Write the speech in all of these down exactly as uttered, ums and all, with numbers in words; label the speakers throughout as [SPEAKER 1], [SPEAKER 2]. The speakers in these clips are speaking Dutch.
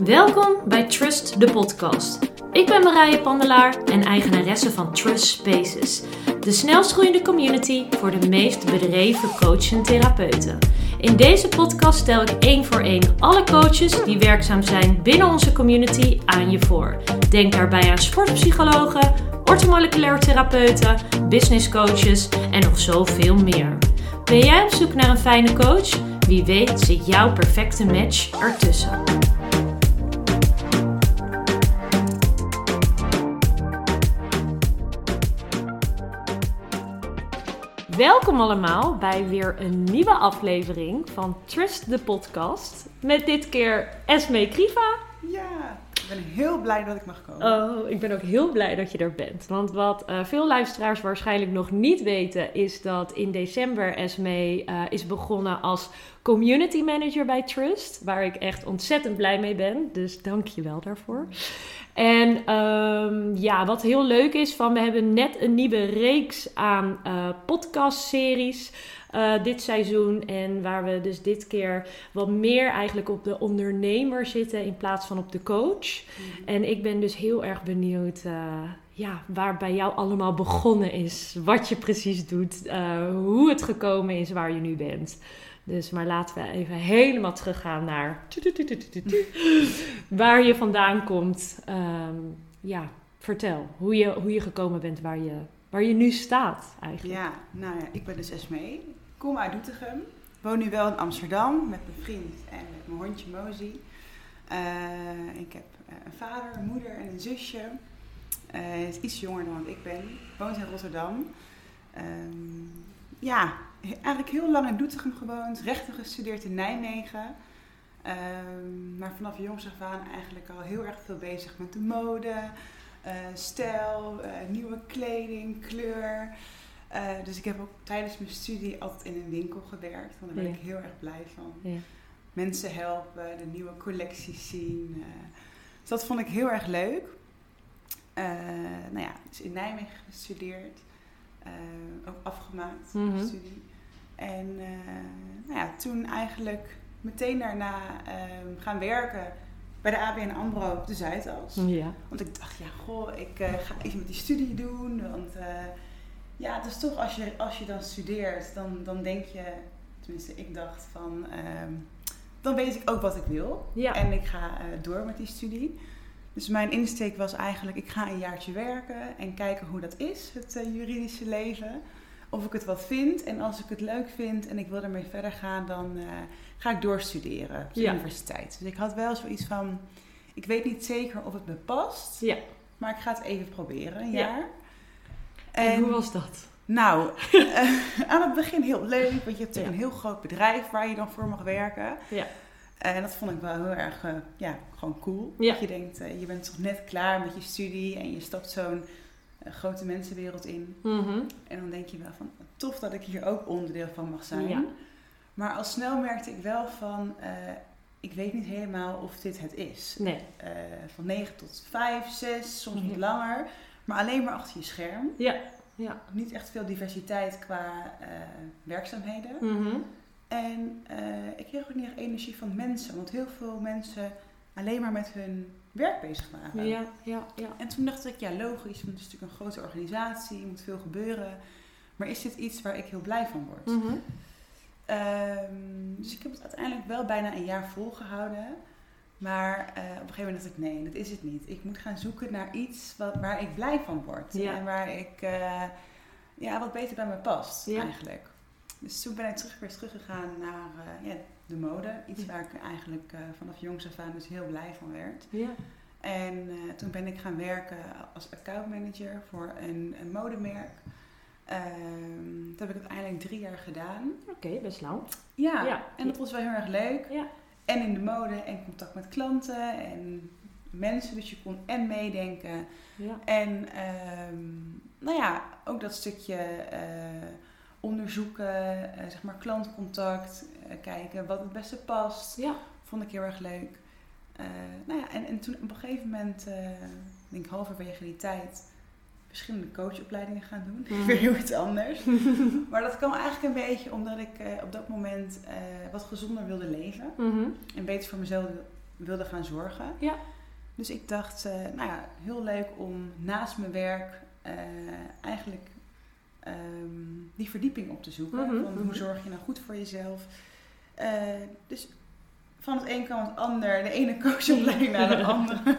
[SPEAKER 1] Welkom bij Trust, de podcast. Ik ben Marije Pandelaar en eigenaresse van Trust Spaces. De snelst groeiende community voor de meest bedreven coaches en therapeuten. In deze podcast stel ik één voor één alle coaches die werkzaam zijn binnen onze community aan je voor. Denk daarbij aan sportpsychologen, orthomoleculaire therapeuten, business coaches en nog zoveel meer. Ben jij op zoek naar een fijne coach? Wie weet zit jouw perfecte match ertussen. Welkom allemaal bij weer een nieuwe aflevering van Trust the podcast. Met dit keer Esmee Kriva.
[SPEAKER 2] Ja, ik ben heel blij dat ik mag komen.
[SPEAKER 1] Oh, ik ben ook heel blij dat je er bent. Want wat uh, veel luisteraars waarschijnlijk nog niet weten, is dat in december Esmee uh, is begonnen als community manager bij Trust. Waar ik echt ontzettend blij mee ben. Dus dank je wel daarvoor. En um, ja, wat heel leuk is, van we hebben net een nieuwe reeks aan uh, podcastseries uh, dit seizoen. En waar we dus dit keer wat meer eigenlijk op de ondernemer zitten in plaats van op de coach. Mm-hmm. En ik ben dus heel erg benieuwd uh, ja, waar bij jou allemaal begonnen is. Wat je precies doet, uh, hoe het gekomen is waar je nu bent. Dus maar laten we even helemaal teruggaan naar waar je vandaan komt. Um, ja, vertel hoe je, hoe je gekomen bent waar je, waar je nu staat eigenlijk.
[SPEAKER 2] Ja, nou ja, ik ben dus Esmee. Ik kom uit Doetinchem. Woon nu wel in Amsterdam met mijn vriend en met mijn hondje Mozi. Uh, ik heb uh, een vader, een moeder en een zusje. Uh, hij is iets jonger dan wat ik ben. Woont in Rotterdam. Um, ja... Eigenlijk heel lang in Doetinchem gewoond, rechten gestudeerd in Nijmegen. Um, maar vanaf jongs af aan eigenlijk al heel erg veel bezig met de mode, uh, stijl, uh, nieuwe kleding, kleur. Uh, dus ik heb ook tijdens mijn studie altijd in een winkel gewerkt, want daar ben ja. ik heel erg blij van. Ja. Mensen helpen, de nieuwe collecties zien. Uh, dus dat vond ik heel erg leuk. Uh, nou ja, dus in Nijmegen gestudeerd. Uh, ook afgemaakt, mm-hmm. de studie. En uh, nou ja, toen eigenlijk meteen daarna uh, gaan werken bij de A B N AMRO op de Zuidas. Ja. Want ik dacht, ja goh, ik uh, ga iets met die studie doen. Want uh, ja, het is toch als je, als je dan studeert, dan, dan denk je, tenminste ik dacht van, uh, dan weet ik ook wat ik wil. Ja. En ik ga uh, door met die studie. Dus mijn insteek was eigenlijk, ik ga een jaartje werken en kijken hoe dat is, het uh, juridische leven. Of ik het wat vind. En als ik het leuk vind en ik wil ermee verder gaan, dan uh, ga ik doorstuderen op de ja. universiteit. Dus ik had wel zoiets van, ik weet niet zeker of het me past, ja. maar ik ga het even proberen, een ja. jaar.
[SPEAKER 1] En, en hoe was dat?
[SPEAKER 2] Nou, uh, aan het begin heel leuk, want je hebt ja. een heel groot bedrijf waar je dan voor mag werken. Ja. En dat vond ik wel heel erg, uh, ja, gewoon cool. Ja. Dat je denkt, uh, je bent toch net klaar met je studie en je stapt zo'n uh, grote mensenwereld in. Mm-hmm. En dan denk je wel van, tof dat ik hier ook onderdeel van mag zijn. Ja. Maar al snel merkte ik wel van, uh, ik weet niet helemaal of dit het is. Nee. Uh, van negen tot vijf, zes, soms mm-hmm. niet langer. Maar alleen maar achter je scherm. Ja. Ja. Niet echt veel diversiteit qua uh, werkzaamheden. Mm-hmm. En uh, ik kreeg ook niet echt energie van mensen. Want heel veel mensen alleen maar met hun werk bezig waren. Ja, ja, ja. En toen dacht ik, ja logisch, want het is natuurlijk een grote organisatie. Er moet veel gebeuren. Maar is dit iets waar ik heel blij van word? Mm-hmm. Um, dus ik heb het uiteindelijk wel bijna een jaar volgehouden. Maar uh, op een gegeven moment dacht ik, nee, dat is het niet. Ik moet gaan zoeken naar iets wat, waar ik blij van word. Ja. En waar ik, uh, ja, wat beter bij me past ja. eigenlijk. Dus toen ben ik terug, weer teruggegaan naar uh, ja, de mode. Iets waar ik eigenlijk uh, vanaf jongs af aan dus heel blij van werd. Ja. En uh, toen ben ik gaan werken als accountmanager voor een, een modemerk. Um, dat heb ik uiteindelijk drie jaar gedaan.
[SPEAKER 1] Oké, okay, best lang.
[SPEAKER 2] Ja, ja, en dat was wel heel erg leuk. Ja. En in de mode en contact met klanten en mensen. Dus je kon en meedenken. Ja. En um, nou ja, ook dat stukje uh, onderzoeken, uh, zeg maar klantcontact, uh, kijken wat het beste past. Ja. Vond ik heel erg leuk. Uh, nou ja, en, en toen op een gegeven moment, uh, denk ik halverwege die tijd, verschillende coachopleidingen gaan doen. Mm. Weer heel iets anders. Maar dat kwam eigenlijk een beetje omdat ik uh, op dat moment uh, wat gezonder wilde leven. Mm-hmm. En beter voor mezelf wilde gaan zorgen.
[SPEAKER 1] Ja.
[SPEAKER 2] Dus ik dacht, uh, nou ja, heel leuk om naast mijn werk uh, eigenlijk um, die verdieping op te zoeken.
[SPEAKER 1] Mm-hmm,
[SPEAKER 2] van,
[SPEAKER 1] mm-hmm.
[SPEAKER 2] Hoe zorg je nou goed voor jezelf? Uh, dus van het een kwam het ander, de ene coachopleiding naar de andere.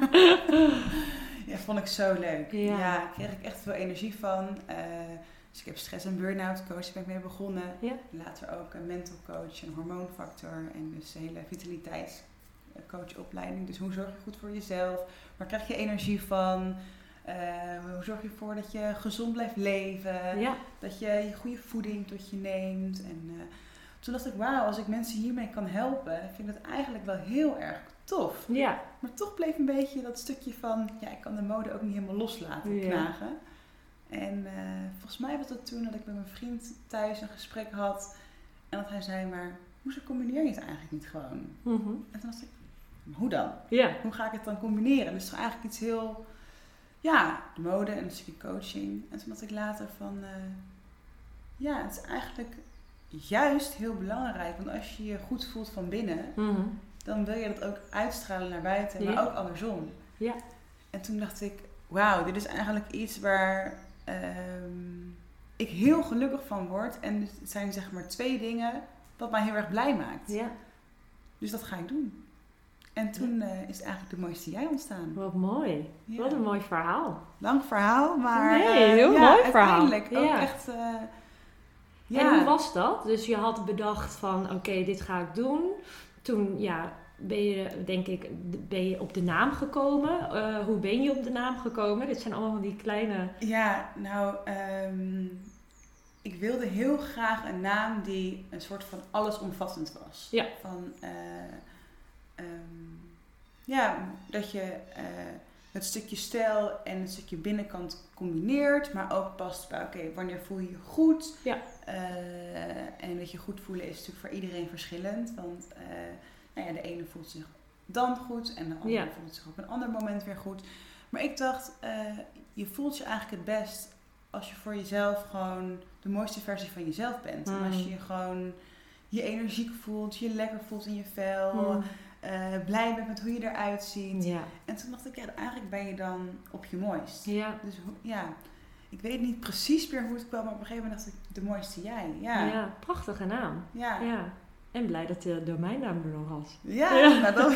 [SPEAKER 2] Ja, vond ik zo leuk. Ja, ja daar kreeg ik echt veel energie van. Uh, dus ik heb stress- en burn-out coach, daar ben ik mee begonnen.
[SPEAKER 1] Ja.
[SPEAKER 2] Later ook een mental coach, een hormoonfactor en dus een hele vitaliteitscoachopleiding. Dus hoe zorg je goed voor jezelf? Waar krijg je energie van? Uh, hoe zorg je ervoor dat je gezond blijft leven?
[SPEAKER 1] Ja.
[SPEAKER 2] Dat je je goede voeding tot je neemt. En uh, toen dacht ik, wauw, als ik mensen hiermee kan helpen, vind ik het eigenlijk wel heel erg tof.
[SPEAKER 1] Ja.
[SPEAKER 2] Maar toch bleef een beetje dat stukje van, ja, ik kan de mode ook niet helemaal loslaten,
[SPEAKER 1] ja. knagen.
[SPEAKER 2] En uh, volgens mij was dat toen dat ik met mijn vriend thuis een gesprek had. En dat hij zei, maar hoezo combineer je het eigenlijk niet gewoon?
[SPEAKER 1] Mm-hmm.
[SPEAKER 2] En toen dacht ik, hoe dan?
[SPEAKER 1] Ja.
[SPEAKER 2] Hoe ga ik het dan combineren? Dus toch eigenlijk iets heel, ja, de mode en een stukje coaching. En toen dacht ik later van, uh, ja, het is eigenlijk juist heel belangrijk. Want als je je goed voelt van binnen,
[SPEAKER 1] mm-hmm.
[SPEAKER 2] dan wil je dat ook uitstralen naar buiten, maar
[SPEAKER 1] ja.
[SPEAKER 2] ook andersom.
[SPEAKER 1] Ja.
[SPEAKER 2] En toen dacht ik, wauw, dit is eigenlijk iets waar um, ik heel gelukkig van word. En het zijn zeg maar twee dingen wat mij heel erg blij maakt.
[SPEAKER 1] Ja.
[SPEAKER 2] Dus dat ga ik doen. En toen uh, is het eigenlijk de mooiste jij ontstaan.
[SPEAKER 1] Wat mooi.
[SPEAKER 2] Ja.
[SPEAKER 1] Wat een mooi verhaal.
[SPEAKER 2] Lang verhaal, maar
[SPEAKER 1] nee,
[SPEAKER 2] uh,
[SPEAKER 1] heel
[SPEAKER 2] ja,
[SPEAKER 1] mooi verhaal.
[SPEAKER 2] Uiteindelijk ook
[SPEAKER 1] ja.
[SPEAKER 2] echt... Uh,
[SPEAKER 1] ja. En hoe was dat? Dus je had bedacht van, oké, okay, dit ga ik doen. Toen, ja... Ben je, denk ik, ben je op de naam gekomen? Uh, hoe ben je op de naam gekomen? Dit zijn allemaal die kleine...
[SPEAKER 2] Ja, nou, um, ik wilde heel graag een naam die een soort van allesomvattend was.
[SPEAKER 1] Ja.
[SPEAKER 2] Van, uh, um, ja, dat je uh, het stukje stijl en het stukje binnenkant combineert, maar ook past bij, oké, okay, wanneer voel je je goed?
[SPEAKER 1] Ja.
[SPEAKER 2] Uh, en dat je goed voelen is natuurlijk voor iedereen verschillend, want... Uh, Nou ja, de ene voelt zich dan goed en de andere ja. voelt zich op een ander moment weer goed. Maar ik dacht, uh, je voelt je eigenlijk het best als je voor jezelf gewoon de mooiste versie van jezelf bent. Mm. En als je je gewoon je energiek voelt, je lekker voelt in je vel, mm. uh, blij bent met hoe je eruit ziet.
[SPEAKER 1] Ja.
[SPEAKER 2] En toen dacht ik, ja, eigenlijk ben je dan op je mooist.
[SPEAKER 1] Ja.
[SPEAKER 2] Dus ja, ik weet niet precies meer hoe het kwam, maar op een gegeven moment dacht ik, de mooiste jij. Ja,
[SPEAKER 1] ja prachtige naam.
[SPEAKER 2] Ja.
[SPEAKER 1] ja. En blij dat de domeinnaam er nog was.
[SPEAKER 2] Ja, ja. Nou dat...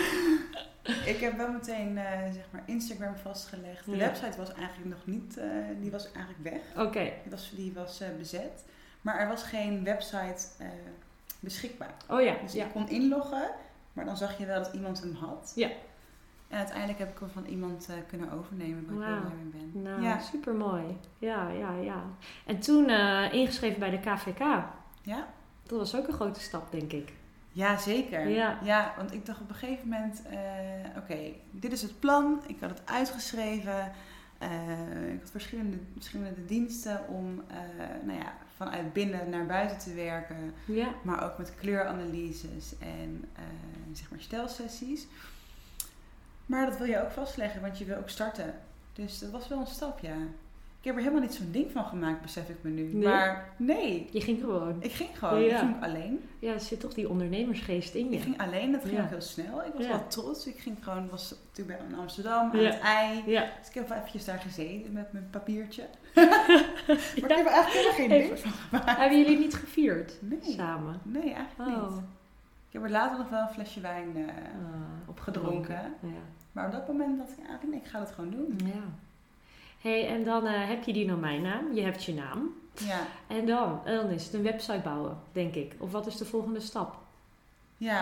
[SPEAKER 2] ik heb wel meteen uh, zeg maar Instagram vastgelegd. De ja. website was eigenlijk nog niet, uh, die was eigenlijk weg.
[SPEAKER 1] Oké. Okay.
[SPEAKER 2] Die was, die was uh, bezet. Maar er was geen website uh, beschikbaar.
[SPEAKER 1] Oh ja.
[SPEAKER 2] Dus
[SPEAKER 1] ja.
[SPEAKER 2] ik kon inloggen, maar dan zag je wel dat iemand hem had.
[SPEAKER 1] Ja.
[SPEAKER 2] En uiteindelijk heb ik hem van iemand uh, kunnen overnemen, waar wow. ik heel blij mee ben.
[SPEAKER 1] Nou,
[SPEAKER 2] ja.
[SPEAKER 1] super mooi. Ja, ja, ja. En toen uh, ingeschreven bij de K V K.
[SPEAKER 2] Ja. Dat
[SPEAKER 1] was ook een grote stap, denk ik.
[SPEAKER 2] Ja, zeker.
[SPEAKER 1] Ja,
[SPEAKER 2] ja want ik dacht op een gegeven moment, uh, oké, okay, dit is het plan. Ik had het uitgeschreven. Uh, ik had verschillende, verschillende diensten om uh, nou ja, vanuit binnen naar buiten te werken.
[SPEAKER 1] Ja.
[SPEAKER 2] Maar ook met kleuranalyses en uh, zeg maar stijlsessies. Maar dat wil je ook vastleggen, want je wil ook starten. Dus dat was wel een stap, ja. Ik heb er helemaal niet zo'n ding van gemaakt, besef ik me nu.
[SPEAKER 1] Nee?
[SPEAKER 2] Maar nee.
[SPEAKER 1] Je ging gewoon.
[SPEAKER 2] Ik ging gewoon.
[SPEAKER 1] Ja.
[SPEAKER 2] Ik ging alleen.
[SPEAKER 1] Ja, er zit toch die ondernemersgeest in je.
[SPEAKER 2] Ik ging alleen. Dat ging
[SPEAKER 1] ja.
[SPEAKER 2] ook heel snel. Ik was
[SPEAKER 1] ja.
[SPEAKER 2] wel trots. Ik ging gewoon, was natuurlijk bij in Amsterdam, aan
[SPEAKER 1] ja.
[SPEAKER 2] het ei.
[SPEAKER 1] Ja.
[SPEAKER 2] Dus ik heb wel eventjes daar gezeten met mijn papiertje. maar ja. ik heb er eigenlijk helemaal geen ding van gemaakt.
[SPEAKER 1] Hebben jullie niet gevierd?
[SPEAKER 2] Nee.
[SPEAKER 1] Samen?
[SPEAKER 2] Nee, eigenlijk
[SPEAKER 1] oh.
[SPEAKER 2] niet. Ik heb er later nog wel een flesje wijn uh, uh, op gedronken.
[SPEAKER 1] Ja.
[SPEAKER 2] Maar op dat moment dacht ik eigenlijk, nee, ik ga dat gewoon doen.
[SPEAKER 1] Ja. Hey, en dan uh, heb je die domeinnaam, je hebt je naam.
[SPEAKER 2] Ja.
[SPEAKER 1] En dan, dan is het een website bouwen, denk ik. Of wat is de volgende stap?
[SPEAKER 2] Ja,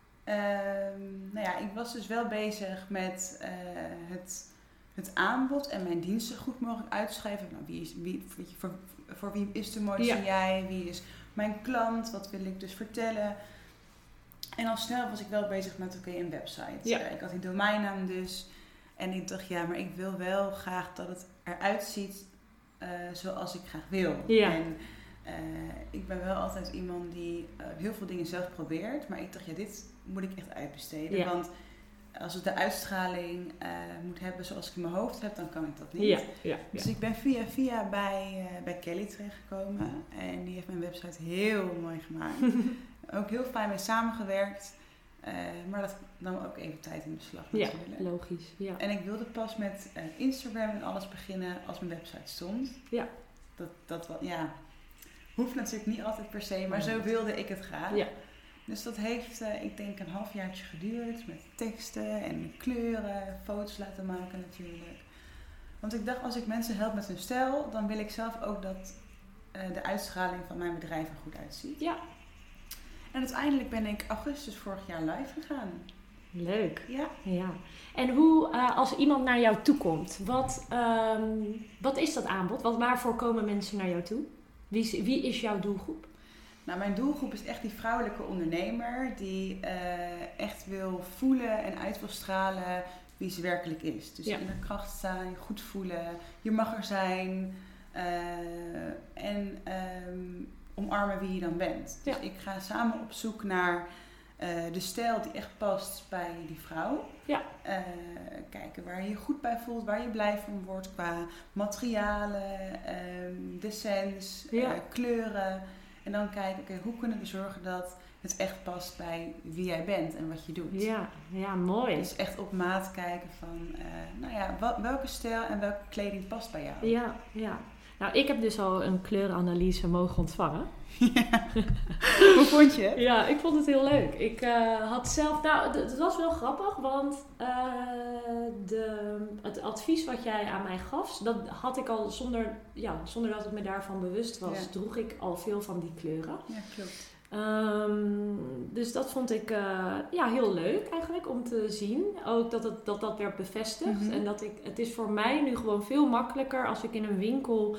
[SPEAKER 2] um, nou ja, ik was dus wel bezig met uh, het, het aanbod en mijn diensten goed mogelijk uitschrijven. Nou, wie is, wie, voor, voor wie is de mooiste ja. jij? Wie is mijn klant? Wat wil ik dus vertellen? En al snel was ik wel bezig met, oké, okay, een website.
[SPEAKER 1] Ja.
[SPEAKER 2] Uh, ik had die domeinnaam dus. En ik dacht, ja, maar ik wil wel graag dat het eruit ziet uh, zoals ik graag wil.
[SPEAKER 1] Ja.
[SPEAKER 2] En uh, ik ben wel altijd iemand die uh, heel veel dingen zelf probeert. Maar ik dacht, ja, dit moet ik echt uitbesteden.
[SPEAKER 1] Ja.
[SPEAKER 2] Want als het de uitstraling uh, moet hebben zoals ik in mijn hoofd heb, dan kan ik dat niet.
[SPEAKER 1] Ja. Ja.
[SPEAKER 2] Dus
[SPEAKER 1] ja.
[SPEAKER 2] ik ben via via bij, uh, bij Kelly terechtgekomen. En die heeft mijn website heel mooi gemaakt. Ook heel fijn mee samengewerkt. Uh, maar dat nam ook even tijd in beslag
[SPEAKER 1] Ja,
[SPEAKER 2] natuurlijk.
[SPEAKER 1] logisch. Ja.
[SPEAKER 2] En ik wilde pas met uh, Instagram en alles beginnen als mijn website stond.
[SPEAKER 1] Ja.
[SPEAKER 2] Dat, dat wel, ja, hoeft natuurlijk niet altijd per se, maar zo wilde ik het graag.
[SPEAKER 1] Ja.
[SPEAKER 2] Dus dat heeft, uh, ik denk, een halfjaartje geduurd met teksten en kleuren, foto's laten maken natuurlijk. Want ik dacht, als ik mensen help met hun stijl, dan wil ik zelf ook dat uh, de uitstraling van mijn bedrijf er goed uitziet.
[SPEAKER 1] Ja.
[SPEAKER 2] En uiteindelijk ben ik augustus vorig jaar live gegaan.
[SPEAKER 1] Leuk.
[SPEAKER 2] Ja.
[SPEAKER 1] Ja. En hoe, uh, als iemand naar jou toe komt, wat, um, wat is dat aanbod? Wat, waarvoor komen mensen naar jou toe? Wie is, wie is jouw doelgroep?
[SPEAKER 2] Nou, mijn doelgroep is echt die vrouwelijke ondernemer die uh, echt wil voelen en uit wil stralen wie ze werkelijk is. Dus
[SPEAKER 1] ja.
[SPEAKER 2] in haar kracht staan, goed voelen, je mag er zijn uh, en um, omarmen wie je dan bent. Dus
[SPEAKER 1] ja.
[SPEAKER 2] ik ga samen op zoek naar uh, de stijl die echt past bij die vrouw.
[SPEAKER 1] Ja.
[SPEAKER 2] Uh, kijken waar je je goed bij voelt, waar je blij van wordt qua materialen, um, descens,
[SPEAKER 1] ja.
[SPEAKER 2] uh, kleuren. En dan kijken, oké, okay, hoe kunnen we zorgen dat het echt past bij wie jij bent en wat je doet.
[SPEAKER 1] Ja, ja, mooi.
[SPEAKER 2] Dus echt op maat kijken van, uh, nou ja, wat, welke stijl en welke kleding past bij jou.
[SPEAKER 1] Ja, ja. Nou, ik heb dus al een kleurenanalyse mogen ontvangen.
[SPEAKER 2] Ja. Hoe vond je het?
[SPEAKER 1] Ja, ik vond het heel leuk. Ik uh, had zelf, nou, het was wel grappig, want uh, de, het advies wat jij aan mij gaf, dat had ik al zonder, ja, zonder dat ik me daarvan bewust was, ja. droeg ik al veel van die kleuren.
[SPEAKER 2] Ja, klopt.
[SPEAKER 1] Um, dus dat vond ik uh, ja, heel leuk eigenlijk om te zien. Ook dat het, dat, dat werd bevestigd. Mm-hmm. En dat ik, het is voor mij nu gewoon veel makkelijker als ik in een winkel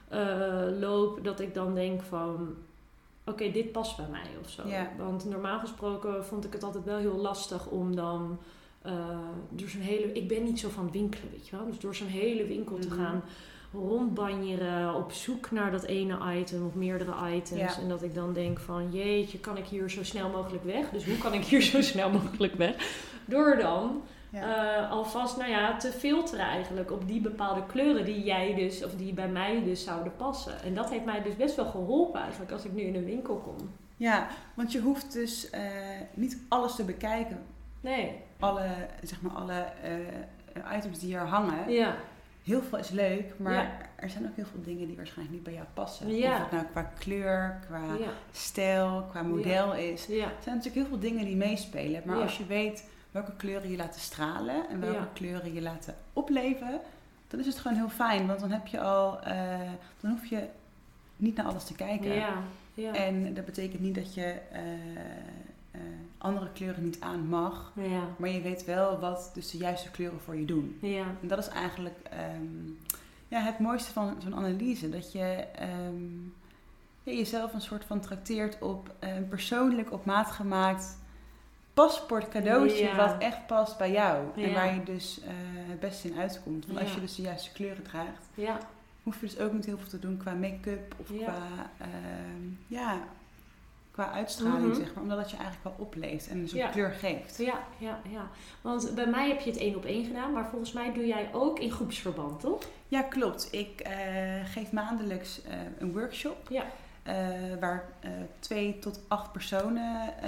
[SPEAKER 1] uh, loop, dat ik dan denk van, oké, okay, dit past bij mij of zo.
[SPEAKER 2] Yeah.
[SPEAKER 1] Want normaal gesproken vond ik het altijd wel heel lastig om dan uh, door zo'n hele, ik ben niet zo van winkelen, weet je wel. Dus door zo'n hele winkel mm-hmm. te gaan rondbanjeren, op zoek naar dat ene item of meerdere items. Ja. En dat ik dan denk van, jeetje, kan ik hier zo snel mogelijk weg? Dus hoe kan ik hier zo snel mogelijk weg? Door dan ja. uh, alvast, nou ja, te filteren eigenlijk op die bepaalde kleuren die jij dus, of die bij mij dus zouden passen. En dat heeft mij dus best wel geholpen eigenlijk als ik nu in een winkel kom.
[SPEAKER 2] Ja, want je hoeft dus uh, niet alles te bekijken.
[SPEAKER 1] Nee.
[SPEAKER 2] Alle, zeg maar, alle uh, items die er hangen.
[SPEAKER 1] Ja.
[SPEAKER 2] Heel veel is leuk, maar
[SPEAKER 1] ja.
[SPEAKER 2] er zijn ook heel veel dingen die waarschijnlijk niet bij jou passen.
[SPEAKER 1] Ja.
[SPEAKER 2] Of het nou qua kleur, qua
[SPEAKER 1] ja.
[SPEAKER 2] stijl, qua model
[SPEAKER 1] ja.
[SPEAKER 2] is.
[SPEAKER 1] Ja.
[SPEAKER 2] Er zijn natuurlijk heel veel dingen die meespelen. Maar
[SPEAKER 1] ja.
[SPEAKER 2] als je weet welke kleuren je laten stralen en welke
[SPEAKER 1] ja.
[SPEAKER 2] kleuren je laten opleven, dan is het gewoon heel fijn. Want dan heb je al, uh, dan hoef je niet naar alles te kijken.
[SPEAKER 1] Ja. Ja.
[SPEAKER 2] En dat betekent niet dat je uh, uh, andere kleuren niet aan mag.
[SPEAKER 1] Ja. Maar
[SPEAKER 2] je weet wel wat dus de juiste kleuren voor je doen.
[SPEAKER 1] Ja.
[SPEAKER 2] En dat is eigenlijk um, ja, het mooiste van zo'n analyse. Dat je um, ja, jezelf een soort van trakteert op een persoonlijk op maat gemaakt paspoort cadeautje. Ja. Wat echt past bij jou. Ja. En waar je dus uh, het beste in uitkomt. Want ja. als je dus de juiste kleuren draagt,
[SPEAKER 1] ja.
[SPEAKER 2] hoef je dus ook niet heel veel te doen qua make-up of ja. qua, uh, ja, qua uitstraling, mm-hmm. zeg maar. Omdat het je eigenlijk wel opleeft en zo'n ja. kleur geeft.
[SPEAKER 1] Ja, ja, ja. Want bij mij heb je het één op één gedaan, maar volgens mij doe jij ook in groepsverband, toch?
[SPEAKER 2] Ja, klopt. Ik uh, geef maandelijks uh, een workshop. Ja. Uh, waar uh, twee tot acht personen uh,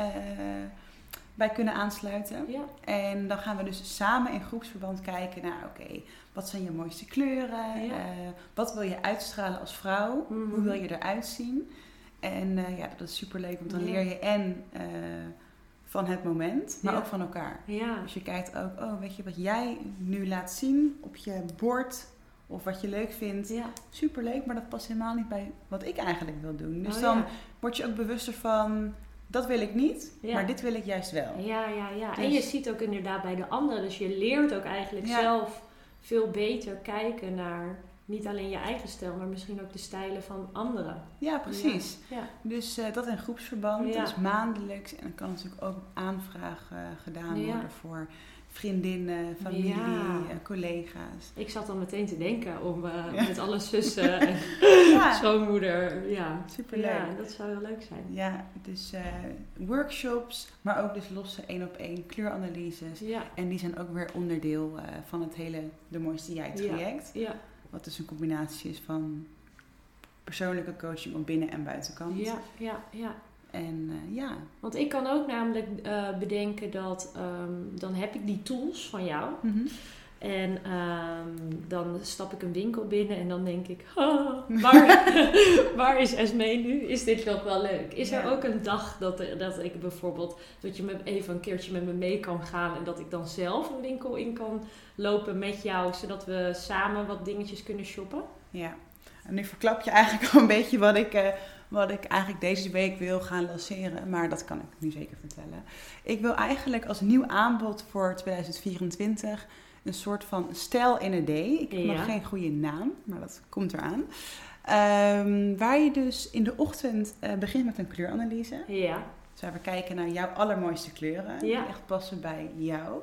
[SPEAKER 2] bij kunnen aansluiten. Ja. En dan gaan we dus samen in groepsverband kijken naar, oké, okay, wat zijn je mooiste kleuren? Ja. Uh, wat wil je uitstralen als vrouw? Mm-hmm. Hoe wil je eruit zien? En uh, ja, dat is superleuk, want dan ja. leer je en uh, van het moment, maar ja. ook van elkaar. Ja. Dus je kijkt ook, oh, weet je wat jij nu laat zien op je bord of wat je leuk vindt. Ja. Superleuk, maar dat past helemaal niet bij wat ik eigenlijk wil doen. Dus oh, dan ja. word je ook bewuster van, dat wil ik niet, ja. maar dit wil ik juist wel.
[SPEAKER 1] Ja, ja, ja. Dus, en je ziet ook inderdaad bij de anderen, dus je leert ook eigenlijk ja. zelf veel beter kijken naar niet alleen je eigen stijl, maar misschien ook de stijlen van anderen.
[SPEAKER 2] Ja, precies.
[SPEAKER 1] Ja. Ja.
[SPEAKER 2] Dus uh, dat in groepsverband, ja. dat is maandelijks. En dan kan natuurlijk ook aanvraag uh, gedaan ja. worden voor vriendinnen, familie, ja. uh, collega's.
[SPEAKER 1] Ik zat al meteen te denken om uh, ja. met alle zussen en ja. schoonmoeder. Ja,
[SPEAKER 2] superleuk.
[SPEAKER 1] Ja, dat zou heel leuk zijn.
[SPEAKER 2] Ja, dus uh, workshops, maar ook dus losse één op één kleuranalyses. Ja. En die zijn ook weer onderdeel uh, van het hele De Mooiste Jij traject. Ja. Ja. Wat dus een combinatie is van persoonlijke coaching op binnen- en buitenkant.
[SPEAKER 1] Ja, ja, ja.
[SPEAKER 2] En uh, ja.
[SPEAKER 1] Want ik kan ook namelijk uh, bedenken dat um, dan heb ik die tools van jou.
[SPEAKER 2] Mm-hmm.
[SPEAKER 1] En um, dan stap ik een winkel binnen en dan denk ik, oh, waar, waar is Esmee nu? Is dit nog wel leuk? Is ja. er ook een dag dat, dat ik bijvoorbeeld, dat je me even een keertje met me mee kan gaan en dat ik dan zelf een winkel in kan lopen met jou, zodat we samen wat dingetjes kunnen shoppen?
[SPEAKER 2] Ja, en nu verklap je eigenlijk al een beetje wat ik, uh, wat ik eigenlijk deze week wil gaan lanceren, maar dat kan ik nu zeker vertellen. Ik wil eigenlijk als nieuw aanbod voor tweeduizend vierentwintig... een soort van stijl in een day. Ik heb ja. nog geen goede naam, maar dat komt eraan. Um, waar je dus in de ochtend uh, begint met een kleuranalyse.
[SPEAKER 1] Ja.
[SPEAKER 2] Dus waar we kijken naar jouw allermooiste kleuren. Ja. Die echt passen bij jou.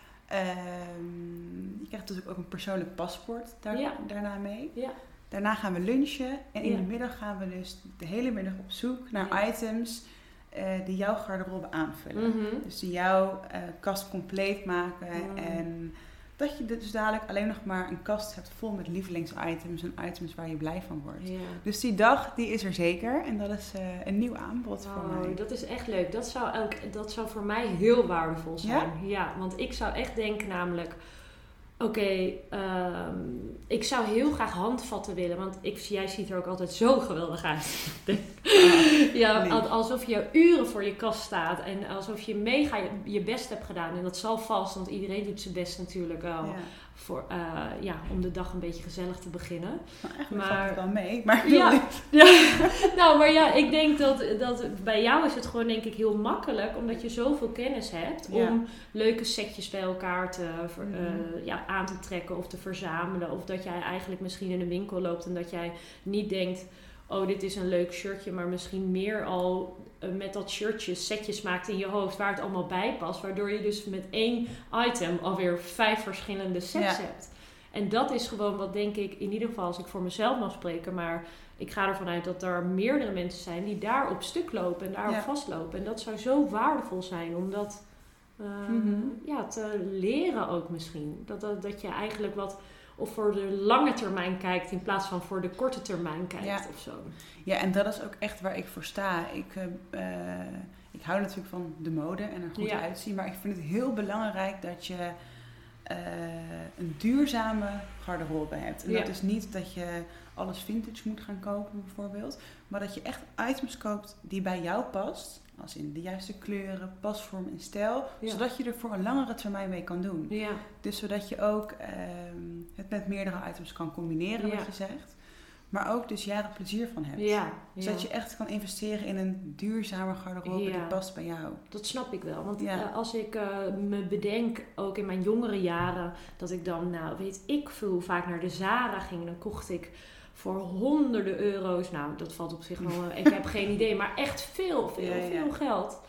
[SPEAKER 2] Um, je krijgt dus ook een persoonlijk paspoort daar, ja. daarna mee. Ja. Daarna gaan we lunchen. En in ja. de middag gaan we dus de hele middag op zoek naar ja. items uh, die jouw garderobe aanvullen. Mm-hmm. Dus die jouw uh, kast compleet maken. Mm. En dat je dus dadelijk alleen nog maar een kast hebt vol met lievelingsitems en items waar je blij van wordt. Ja. Dus die dag, die is er zeker. En dat is uh, een nieuw aanbod
[SPEAKER 1] oh,
[SPEAKER 2] voor mij.
[SPEAKER 1] Dat is echt leuk. Dat zou, ook, dat zou voor mij heel waardevol zijn. Ja? Ja, want ik zou echt denken namelijk, oké, okay, um, ik zou heel graag handvatten willen. Want ik, jij ziet er ook altijd zo geweldig uit. Ah, ja, alsof je uren voor je kast staat. En alsof je mega je, je best hebt gedaan. En dat zal vast, want iedereen doet zijn best natuurlijk wel. Ja. Voor, uh, ja, om de dag een beetje gezellig te beginnen.
[SPEAKER 2] Nou, eigenlijk valt het wel mee. Maar
[SPEAKER 1] ja, ja, nou, maar ja, ik denk dat, dat bij jou is het gewoon denk ik heel makkelijk. Omdat je zoveel kennis hebt. Ja. Om leuke setjes bij elkaar te, uh, mm-hmm. ja, aan te trekken of te verzamelen. Of dat jij eigenlijk misschien in een winkel loopt. En dat jij niet denkt, oh, dit is een leuk shirtje. Maar misschien meer al uh, met dat shirtje setjes maakt in je hoofd waar het allemaal bij past. Waardoor je dus met één item alweer vijf verschillende sets ja. hebt. En dat is gewoon wat denk ik, in ieder geval als ik voor mezelf mag spreken. Maar ik ga ervan uit dat er meerdere mensen zijn die daar op stuk lopen en daarop ja. vastlopen. En dat zou zo waardevol zijn om dat uh, mm-hmm. ja, te leren ook misschien. Dat, dat, dat je eigenlijk wat of voor de lange termijn kijkt in plaats van voor de korte termijn kijkt ja. of zo.
[SPEAKER 2] Ja, en dat is ook echt waar ik voor sta. Ik, uh, ik hou natuurlijk van de mode en er goed ja. uitzien. Maar ik vind het heel belangrijk dat je uh, een duurzame garderobe hebt. En ja. dat is niet dat je alles vintage moet gaan kopen bijvoorbeeld. Maar dat je echt items koopt die bij jou past. Als in de juiste kleuren, pasvorm en stijl. Ja. Zodat je er voor een langere termijn mee kan doen. Ja. Dus zodat je ook um, het met meerdere items kan combineren, ja. wat je zegt. Maar ook dus jaren plezier van hebt. Ja. Zodat ja. je echt kan investeren in een duurzame garderobe ja. die past bij jou.
[SPEAKER 1] Dat snap ik wel. Want ja. uh, als ik uh, me bedenk, ook in mijn jongere jaren, dat ik dan, nou weet ik veel, vaak naar de Zara ging. Dan kocht ik voor honderden euro's. Nou, dat valt op zich wel. Ik heb geen idee. Maar echt veel, veel, ja, ja. veel geld.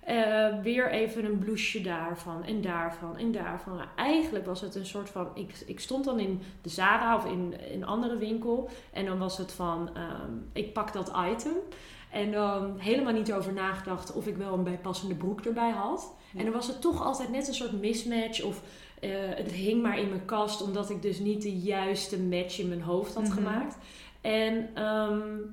[SPEAKER 1] Uh, weer even een blouseje daarvan. En daarvan. En daarvan. Nou, eigenlijk was het een soort van... Ik, ik stond dan in de Zara of in een andere winkel. En dan was het van... Um, ik pak dat item. En dan helemaal niet over nagedacht of ik wel een bijpassende broek erbij had. Ja. En dan was het toch altijd net een soort mismatch. Of uh, het hing maar in mijn kast. Omdat ik dus niet de juiste match in mijn hoofd had mm-hmm. gemaakt. En, um,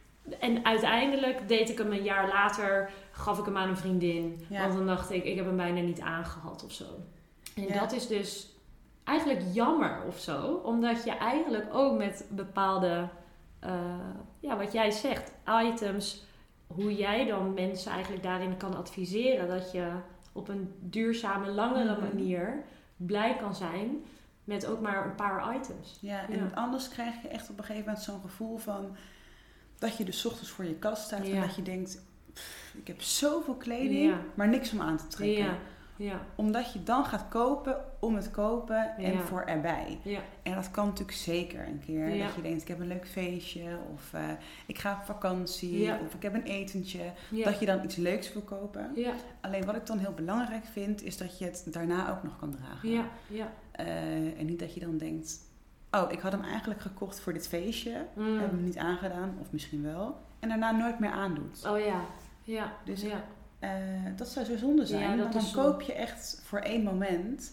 [SPEAKER 1] en uiteindelijk deed ik hem een jaar later... Gaf ik hem aan een vriendin. Ja. Want dan dacht ik, ik heb hem bijna niet aangehad of zo. En ja. dat is dus eigenlijk jammer of zo. Omdat je eigenlijk ook met bepaalde... Uh, ja, wat jij zegt, items, hoe jij dan mensen eigenlijk daarin kan adviseren dat je op een duurzame, langere mm-hmm. manier blij kan zijn met ook maar een paar items.
[SPEAKER 2] Ja, en ja. anders krijg je echt op een gegeven moment zo'n gevoel van dat je dus 's ochtends voor je kast staat ja. en dat je denkt, pff, ik heb zoveel kleding, ja. maar niks om aan te trekken. Ja. Ja. Omdat je dan gaat kopen om het kopen en ja. voor erbij. Ja. En dat kan natuurlijk zeker een keer. Ja. Dat je denkt, ik heb een leuk feestje. Of uh, ik ga op vakantie. Ja. Of ik heb een etentje. Ja. Dat je dan iets leuks wil kopen. Ja. Alleen wat ik dan heel belangrijk vind, is dat je het daarna ook nog kan dragen. Ja. Ja. Uh, en niet dat je dan denkt, oh, ik had hem eigenlijk gekocht voor dit feestje. Mm. Heb hem niet aangedaan. Of misschien wel. En daarna nooit meer aandoet.
[SPEAKER 1] Oh ja. Ja.
[SPEAKER 2] Dus
[SPEAKER 1] ja.
[SPEAKER 2] Uh, dat zou zo zonde zijn. Ja, want dan koop je echt voor één moment.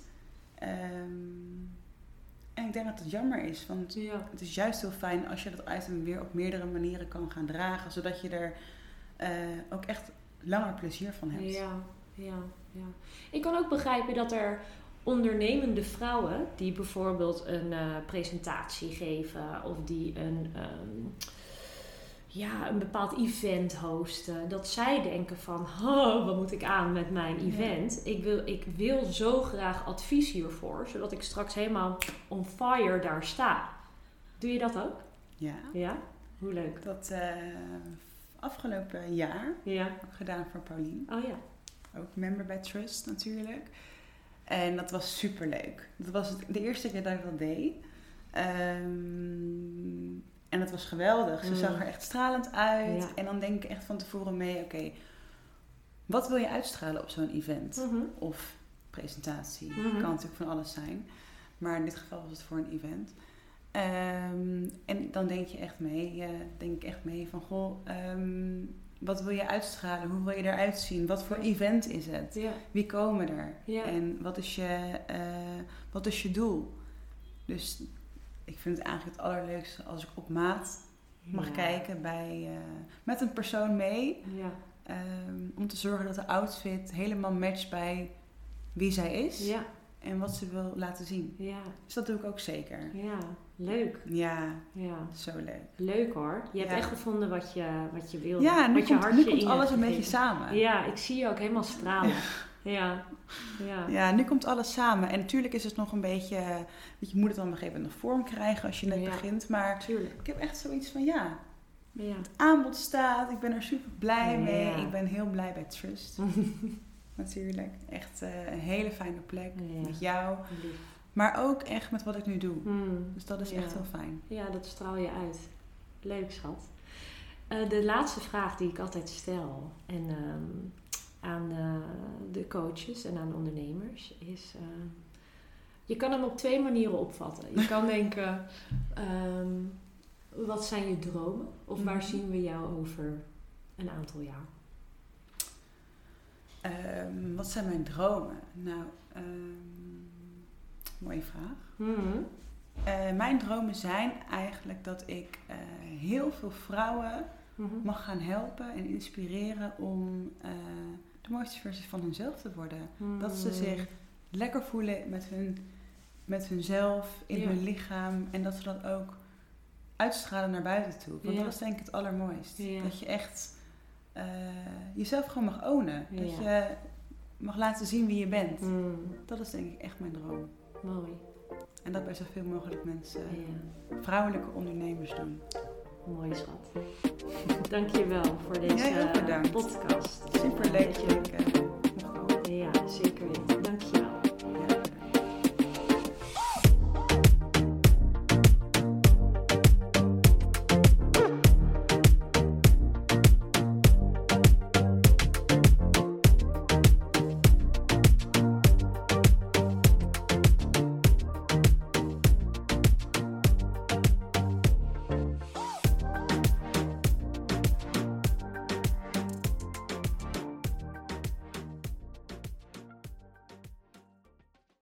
[SPEAKER 2] Um, en ik denk dat het jammer is. Want ja. het is juist heel fijn als je dat item weer op meerdere manieren kan gaan dragen. Zodat je er uh, ook echt langer plezier van hebt.
[SPEAKER 1] Ja, ja, ja. Ik kan ook begrijpen dat er ondernemende vrouwen die bijvoorbeeld een uh, presentatie geven of die een, um, ja, een bepaald event hosten, dat zij denken van, oh, wat moet ik aan met mijn event? Ja. Ik wil, ik wil zo graag advies hiervoor, zodat ik straks helemaal on fire daar sta. Doe je dat ook?
[SPEAKER 2] Ja.
[SPEAKER 1] Ja? Hoe leuk.
[SPEAKER 2] Dat uh, afgelopen jaar
[SPEAKER 1] ja.
[SPEAKER 2] heb ik gedaan voor Paulien.
[SPEAKER 1] Oh ja.
[SPEAKER 2] Ook member bij Trust natuurlijk. En dat was super leuk. Dat was het, de eerste keer dat ik dat deed. Um, en dat was geweldig. Ze mm. zag er echt stralend uit. Ja. En dan denk ik echt van tevoren mee, oké, okay, wat wil je uitstralen op zo'n event?
[SPEAKER 1] Mm-hmm.
[SPEAKER 2] Of presentatie.
[SPEAKER 1] Mm-hmm.
[SPEAKER 2] Kan natuurlijk van alles zijn. Maar in dit geval was het voor een event. Um, en dan denk je echt mee, uh, denk ik echt mee van, goh, um, wat wil je uitstralen? Hoe wil je eruit zien? Wat voor event is het?
[SPEAKER 1] Ja.
[SPEAKER 2] Wie komen er?
[SPEAKER 1] Ja.
[SPEAKER 2] En wat is, je, uh, wat is je doel? Dus ik vind het eigenlijk het allerleukste als ik op maat mag ja. kijken bij, uh, met een persoon mee.
[SPEAKER 1] Ja.
[SPEAKER 2] Um, om te zorgen dat de outfit helemaal matcht bij wie zij is.
[SPEAKER 1] Ja.
[SPEAKER 2] En wat ze wil laten zien.
[SPEAKER 1] Ja.
[SPEAKER 2] Dus dat doe ik ook zeker.
[SPEAKER 1] Ja, leuk.
[SPEAKER 2] Ja,
[SPEAKER 1] ja.
[SPEAKER 2] Zo leuk.
[SPEAKER 1] Leuk hoor. Je hebt ja. echt gevonden wat je, wat je wilde.
[SPEAKER 2] Ja, nu
[SPEAKER 1] wat
[SPEAKER 2] komt,
[SPEAKER 1] je
[SPEAKER 2] nu komt alles een beetje samen.
[SPEAKER 1] Ja, ik zie je ook helemaal stralen. Ja. Ja.
[SPEAKER 2] ja, nu komt alles samen. En natuurlijk is het nog een beetje... Want je moet het dan op een gegeven moment nog vorm krijgen als je net ja. begint. Maar
[SPEAKER 1] Tuurlijk.
[SPEAKER 2] Ik heb echt zoiets van ja...
[SPEAKER 1] ja.
[SPEAKER 2] Het aanbod staat. Ik ben er super blij
[SPEAKER 1] ja.
[SPEAKER 2] mee. Ik ben heel blij bij Trust. Natuurlijk. Echt uh, een hele fijne plek. Ja. Met jou.
[SPEAKER 1] Lief.
[SPEAKER 2] Maar ook echt met wat ik nu doe.
[SPEAKER 1] Mm.
[SPEAKER 2] Dus dat is
[SPEAKER 1] ja.
[SPEAKER 2] echt heel fijn.
[SPEAKER 1] Ja, dat straal je uit. Leuk, schat. Uh, de laatste vraag die ik altijd stel en, um, aan uh, de coaches en aan de ondernemers is... Uh, je kan hem op twee manieren opvatten. Je kan denken, um, wat zijn je dromen? Of waar mm-hmm. zien we jou over een aantal jaar?
[SPEAKER 2] Um, wat zijn mijn dromen? Nou, um, mooie vraag.
[SPEAKER 1] Mm-hmm.
[SPEAKER 2] Uh, mijn dromen zijn eigenlijk dat ik uh, heel veel vrouwen mm-hmm. mag gaan helpen en inspireren om uh, de mooiste versie van hunzelf te worden. Mm-hmm. Dat ze zich lekker voelen met, hun, met hunzelf, in ja. hun lichaam. En dat ze dat ook uitstralen naar buiten toe. Want ja. dat is denk ik het allermooist. Ja. Dat je echt uh, jezelf gewoon mag ownen. Ja. Dat je mag laten zien wie je bent. Mm. Dat is denk ik echt mijn droom.
[SPEAKER 1] Mooi.
[SPEAKER 2] En dat bij zoveel mogelijk mensen, ja. vrouwelijke ondernemers doen.
[SPEAKER 1] Mooi schat. Dank je wel voor deze podcast.
[SPEAKER 2] Super leuk dat je mocht komen.
[SPEAKER 1] Ja, zeker weten.